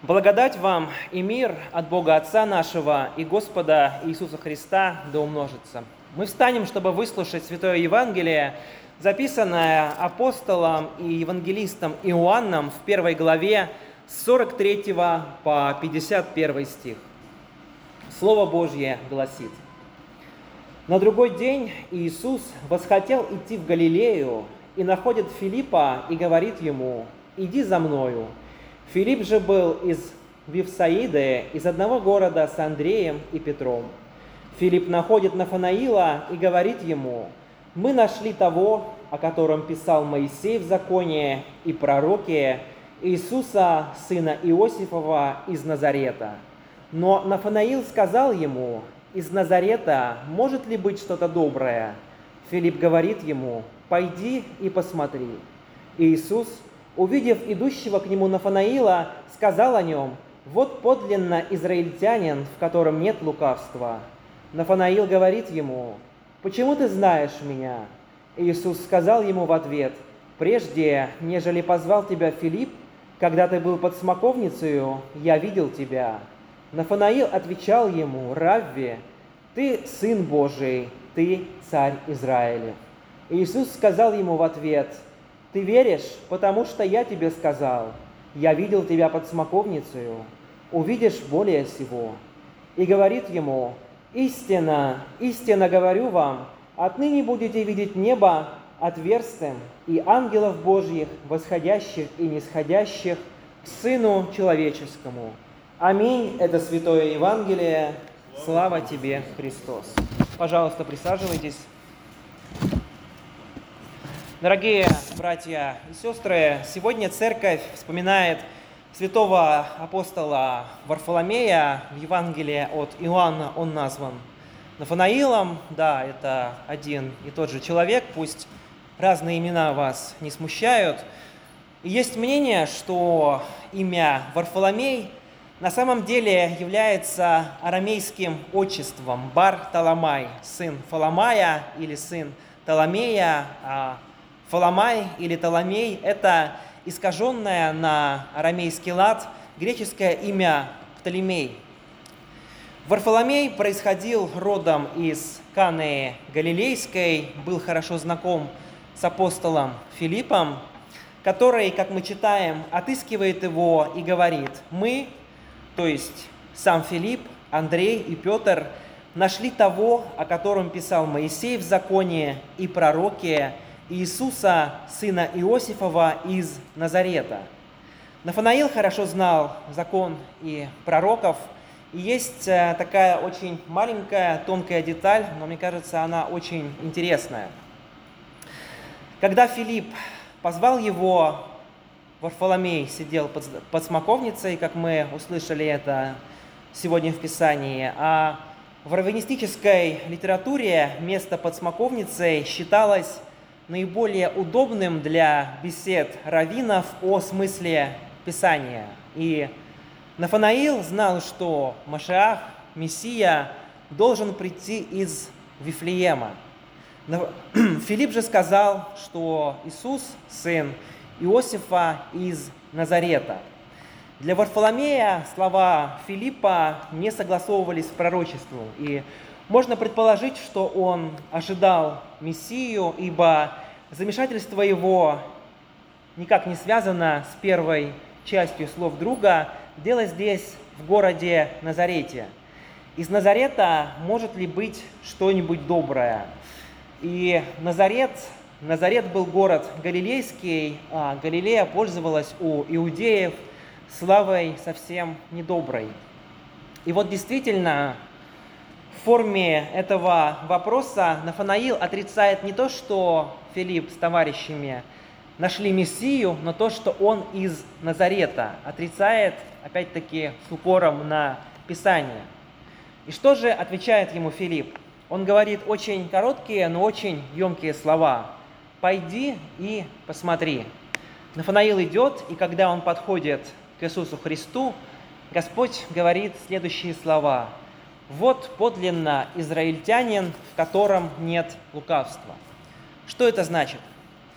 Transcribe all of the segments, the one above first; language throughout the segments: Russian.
Благодать вам и мир от Бога Отца нашего и Господа Иисуса Христа да умножится. Мы встанем, чтобы выслушать Святое Евангелие, записанное апостолом и евангелистом Иоанном в 1 главе с 43 по 51 стих. Слово Божье гласит: «На другой день Иисус восхотел идти в Галилею и находит Филиппа и говорит ему: „Иди за мною“. Филипп же был из Вифсаиды, из одного города с Андреем и Петром. Филипп находит Нафанаила и говорит ему: „Мы нашли того, о котором писал Моисей в законе и пророки, Иисуса, сына Иосифова из Назарета“. Но Нафанаил сказал ему: „Из Назарета может ли быть что-то доброе?“ Филипп говорит ему: „Пойди и посмотри“. Иисус, увидев идущего к нему Нафанаила, сказал о нем: „Вот подлинно израильтянин, в котором нет лукавства“. Нафанаил говорит ему: „Почему ты знаешь меня?“ Иисус сказал ему в ответ: „Прежде, нежели позвал тебя Филипп, когда ты был под смоковницею, я видел тебя“. Нафанаил отвечал ему: „Равви, ты Сын Божий, ты Царь Израилев“. Иисус сказал ему в ответ: „Ты веришь, потому что я тебе сказал: я видел тебя под смоковницею, увидишь более сего“. И говорит ему: „Истинно, истинно говорю вам, отныне будете видеть небо отверстым и ангелов Божьих, восходящих и нисходящих к Сыну Человеческому“. Аминь. Это Святое Евангелие. Слава тебе, Христос. Пожалуйста, присаживайтесь. Дорогие братья и сестры, сегодня Церковь вспоминает святого апостола Варфоломея. В Евангелии от Иоанна он назван Нафанаилом. Да, это один и тот же человек, пусть разные имена вас не смущают. И есть мнение, что имя Варфоломей на самом деле является арамейским отчеством Бар-Таламай, сын Фоломая или сын Толомея. Фоломай или Толомей – это искаженное на арамейский лад греческое имя Птолемей. Варфоломей происходил родом из Канеи Галилейской, был хорошо знаком с апостолом Филиппом, который, как мы читаем, отыскивает его и говорит: «Мы, то есть сам Филипп, Андрей и Петр, нашли того, о котором писал Моисей в законе и пророки, Иисуса, сына Иосифова из Назарета». Нафанаил хорошо знал закон и пророков, и есть такая очень маленькая, тонкая деталь, но мне кажется, она очень интересная. Когда Филипп позвал его, Варфоломей сидел под смоковницей, как мы услышали это сегодня в Писании, а в раввинистической литературе место под смоковницей считалось наиболее удобным для бесед раввинов о смысле Писания. И Нафанаил знал, что Машиах, Мессия, должен прийти из Вифлеема. Филипп же сказал, что Иисус – сын Иосифа из Назарета. Для Варфоломея слова Филиппа не согласовывались с пророчеством, и можно предположить, что он ожидал Мессию, ибо замешательство его никак не связано с первой частью слов друга. Дело здесь в городе Назарете. Из Назарета может ли быть что-нибудь доброе? И Назарет был город галилейский, а Галилея пользовалась у иудеев славой совсем недоброй. И вот действительно, в форме этого вопроса Нафанаил отрицает не то, что Филипп с товарищами нашли Мессию, но то, что он из Назарета. Отрицает, опять-таки, с упором на Писание. И что же отвечает ему Филипп? Он говорит очень короткие, но очень емкие слова: «Пойди и посмотри». Нафанаил идет, и когда он подходит к Иисусу Христу, Господь говорит следующие слова: «Вот подлинно израильтянин, в котором нет лукавства». Что это значит?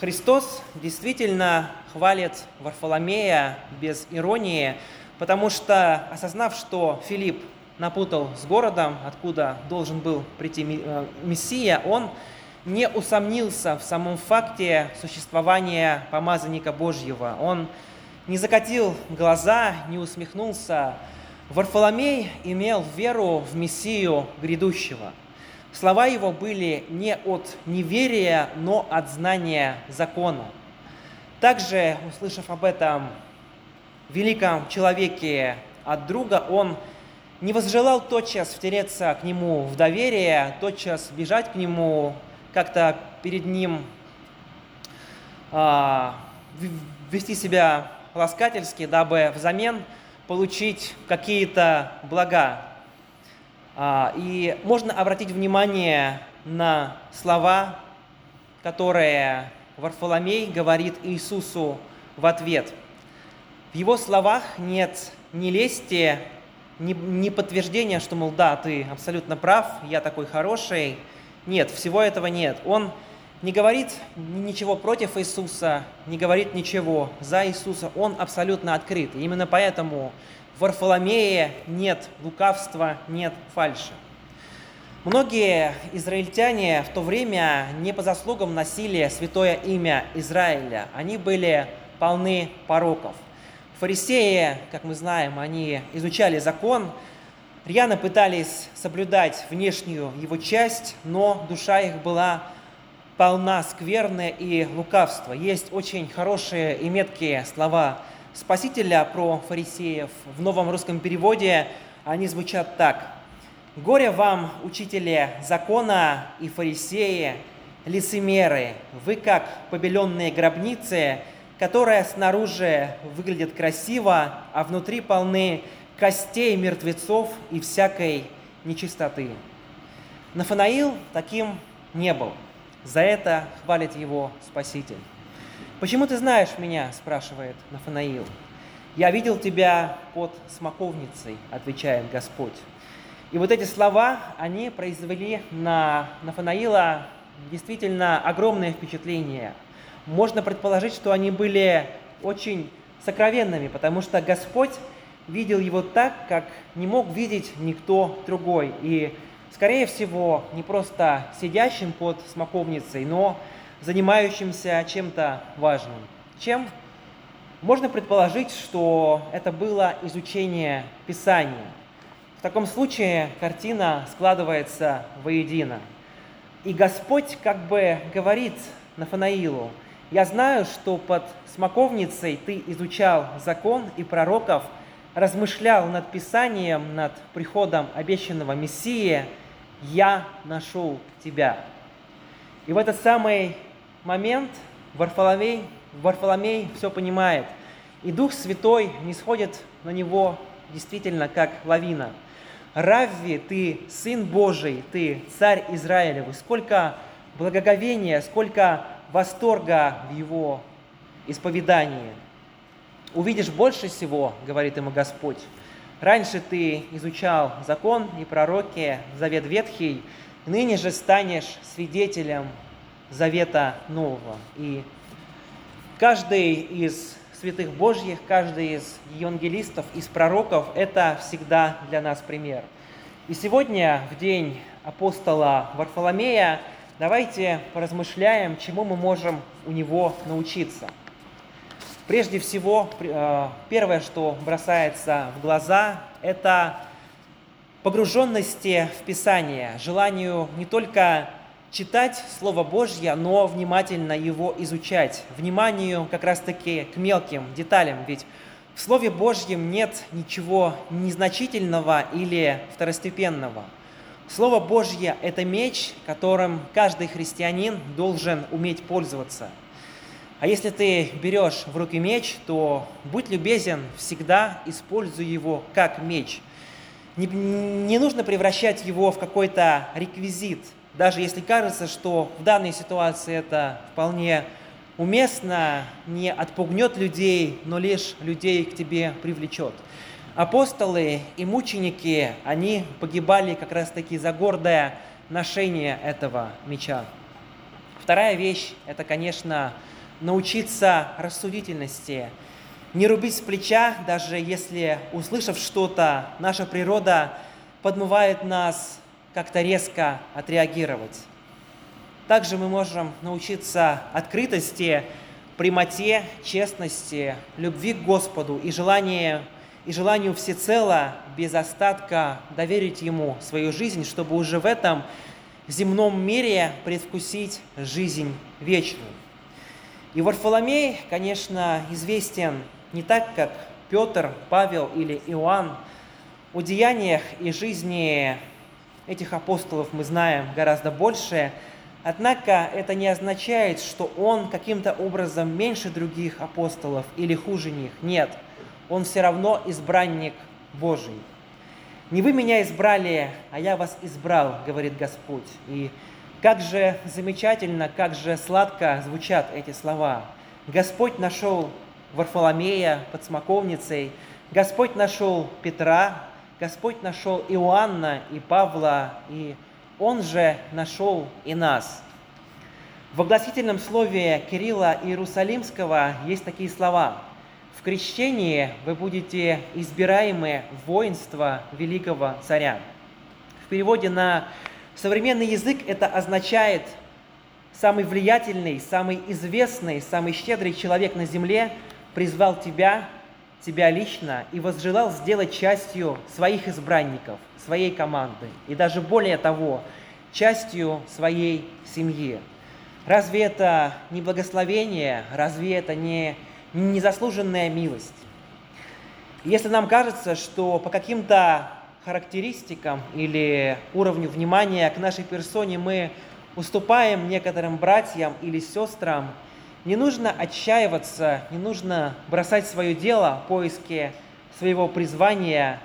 Христос действительно хвалит Варфоломея без иронии, потому что, осознав, что Филипп напутал с городом, откуда должен был прийти Мессия, он не усомнился в самом факте существования помазанника Божьего. Он не закатил глаза, не усмехнулся. Варфоломей имел веру в Мессию грядущего. Слова его были не от неверия, но от знания закона. Также, услышав об этом великом человеке от друга, он не возжелал тотчас втереться к нему в доверие, тотчас бежать к нему, как-то перед ним вести себя ласкательски, дабы взамен получить какие-то блага. И можно обратить внимание на слова, которые Варфоломей говорит Иисусу в ответ. В его словах нет ни лести, ни подтверждения, что, мол, да, ты абсолютно прав, я такой хороший. Нет, всего этого нет. Он не говорит ничего против Иисуса, не говорит ничего за Иисуса. Он абсолютно открыт. И именно поэтому в Варфоломее нет лукавства, нет фальши. Многие израильтяне в то время не по заслугам носили святое имя Израиля. Они были полны пороков. Фарисеи, как мы знаем, они изучали закон, рьяно пытались соблюдать внешнюю его часть, но душа их была полна скверны и лукавства. Есть очень хорошие и меткие слова Спасителя про фарисеев. В новом русском переводе они звучат так. «Горе вам, учители закона и фарисеи, лицемеры, вы как побеленные гробницы, которые снаружи выглядят красиво, а внутри полны костей мертвецов и всякой нечистоты». Нафанаил таким не был. За это хвалит его Спаситель. «Почему ты знаешь меня?» – спрашивает Нафанаил. «Я видел тебя под смоковницей», – отвечает Господь. И вот эти слова, они произвели на Нафанаила действительно огромное впечатление. Можно предположить, что они были очень сокровенными, потому что Господь видел его так, как не мог видеть никто другой. И, скорее всего, не просто сидящим под смоковницей, но занимающимся чем-то важным. Чем? Можно предположить, что это было изучение Писания. В таком случае картина складывается воедино. И Господь как бы говорит Нафанаилу: «Я знаю, что под смоковницей ты изучал закон и пророков, размышлял над Писанием, над приходом обещанного Мессии. Я нашел тебя». И в этот самый момент Варфоломей все понимает. И Дух Святой нисходит на него действительно как лавина. «Равви, ты Сын Божий, ты Царь Израилевый». Сколько благоговения, сколько восторга в его исповедании. «Увидишь больше всего, — говорит ему Господь. Раньше ты изучал закон и пророки, Завет Ветхий, ныне же станешь свидетелем Завета Нового». И каждый из святых Божьих, каждый из евангелистов, из пророков – это всегда для нас пример. И сегодня, в день апостола Варфоломея, давайте поразмышляем, чему мы можем у него научиться. Прежде всего, первое, что бросается в глаза, это погруженности в Писание, желанию не только читать Слово Божье, но внимательно его изучать, вниманию как раз-таки к мелким деталям, ведь в Слове Божьем нет ничего незначительного или второстепенного. Слово Божье – это меч, которым каждый христианин должен уметь пользоваться. А если ты берешь в руки меч, то будь любезен, всегда используй его как меч. Не нужно превращать его в какой-то реквизит, даже если кажется, что в данной ситуации это вполне уместно, не отпугнет людей, но лишь людей к тебе привлечет. Апостолы и мученики, они погибали как раз-таки за гордое ношение этого меча. Вторая вещь – это, конечно, научиться рассудительности, не рубить с плеча, даже если, услышав что-то, наша природа подмывает нас как-то резко отреагировать. Также мы можем научиться открытости, прямоте, честности, любви к Господу и желанию всецело, без остатка доверить Ему свою жизнь, чтобы уже в этом земном мире предвкусить жизнь вечную. И Варфоломей, конечно, известен не так, как Петр, Павел или Иоанн. О деяниях и жизни этих апостолов мы знаем гораздо больше, однако это не означает, что он каким-то образом меньше других апостолов или хуже них. Нет, он все равно избранник Божий. «Не вы меня избрали, а я вас избрал», говорит Господь. И как же замечательно, как же сладко звучат эти слова. Господь нашел Варфоломея под смоковницей, Господь нашел Петра, Господь нашел Иоанна и Павла, и Он же нашел и нас. В огласительном слове Кирилла Иерусалимского есть такие слова: «В крещении вы будете избираемы в воинство великого царя». В переводе на современный язык это означает: самый влиятельный, самый известный, самый щедрый человек на земле призвал тебя лично и возжелал сделать частью своих избранников, своей команды и даже более того, частью своей семьи. Разве это не благословение? Разве это не незаслуженная милость? Если нам кажется, что по каким-то характеристикам или уровню внимания к нашей персоне мы уступаем некоторым братьям или сестрам, не нужно отчаиваться, не нужно бросать свое дело в поиске своего призвания.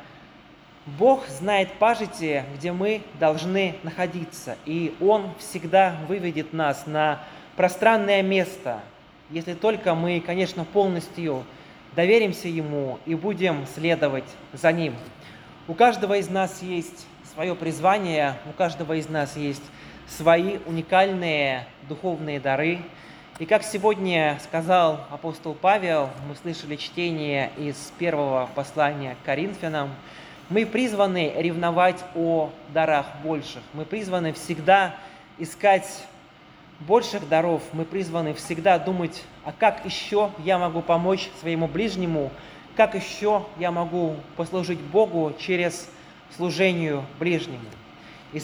Бог знает пажити, где мы должны находиться, и Он всегда выведет нас на пространное место, если только мы, конечно, полностью доверимся Ему и будем следовать за Ним. У каждого из нас есть свое призвание, у каждого из нас есть свои уникальные духовные дары. И как сегодня сказал апостол Павел, мы слышали чтение из первого послания к Коринфянам, мы призваны ревновать о дарах больших, мы призваны всегда искать больших даров, мы призваны всегда думать, а как еще я могу помочь своему ближнему, как еще я могу послужить Богу через служению ближнему. И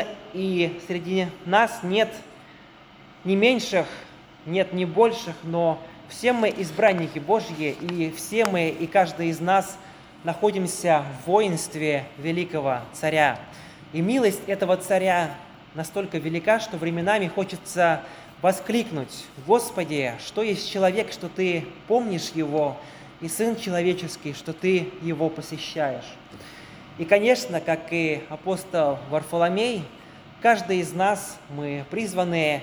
среди нас нет ни меньших, нет ни больших, но все мы избранники Божьи, и все мы, и каждый из нас находимся в воинстве великого царя. И милость этого царя настолько велика, что временами хочется воскликнуть: «Господи, что есть человек, что Ты помнишь его, и Сын человеческий, что Ты его посещаешь». И, конечно, как и апостол Варфоломей, каждый из нас, мы призваны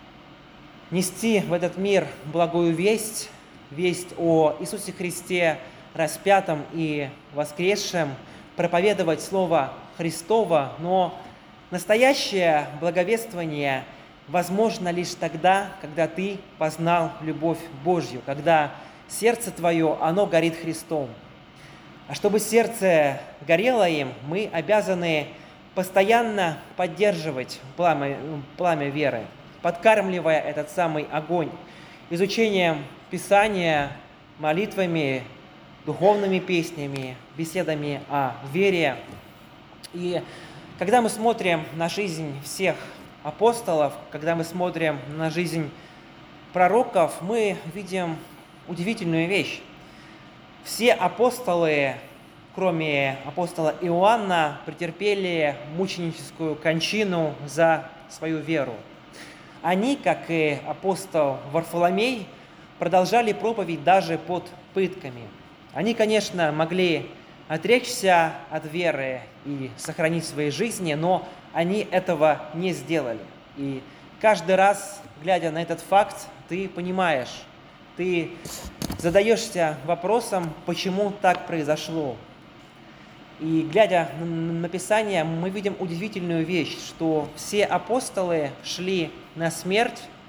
нести в этот мир благую весть, весть о Иисусе Христе распятом и воскресшем, проповедовать Слово Христово, но настоящее благовествование возможно лишь тогда, когда ты познал любовь Божью, когда сердце твое, оно горит Христом. А чтобы сердце горело им, мы обязаны постоянно поддерживать пламя веры, подкармливая этот самый огонь изучением Писания, молитвами, духовными песнями, беседами о вере. И когда мы смотрим на жизнь всех апостолов, когда мы смотрим на жизнь пророков, мы видим удивительную вещь. Все апостолы, кроме апостола Иоанна, претерпели мученическую кончину за свою веру. Они, как и апостол Варфоломей, продолжали проповедь даже под пытками. Они, конечно, могли отречься от веры и сохранить свои жизни, но они этого не сделали. И каждый раз, глядя на этот факт, ты понимаешь, ты задаешься вопросом, почему так произошло. И глядя на Писание, мы видим удивительную вещь, что все апостолы шли на смерть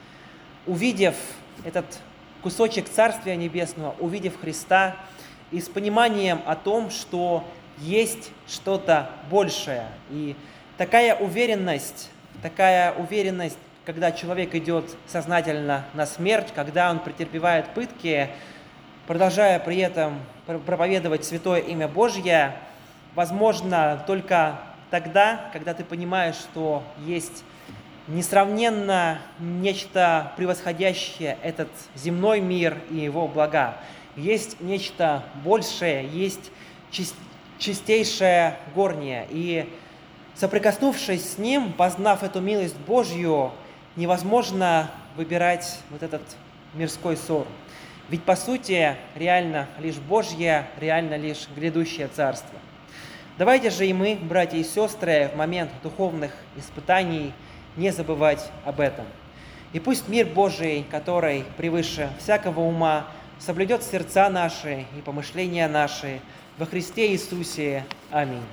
увидев этот кусочек Царствия Небесного, увидев Христа и с пониманием о том, что есть что-то большее. И такая уверенность, когда человек идет сознательно на смерть, когда он претерпевает пытки, продолжая при этом проповедовать святое имя Божье, возможно только тогда, когда ты понимаешь, что есть несравненно нечто превосходящее этот земной мир и его блага. Есть нечто большее, есть чистейшее горнее. И соприкоснувшись с ним, познав эту милость Божью, невозможно выбирать вот этот мирской ссор. Ведь по сути реально лишь Божье, реально лишь грядущее царство. Давайте же и мы, братья и сестры, в момент духовных испытаний не забывать об этом. И пусть мир Божий, который превыше всякого ума, соблюдет сердца наши и помышления наши во Христе Иисусе. Аминь.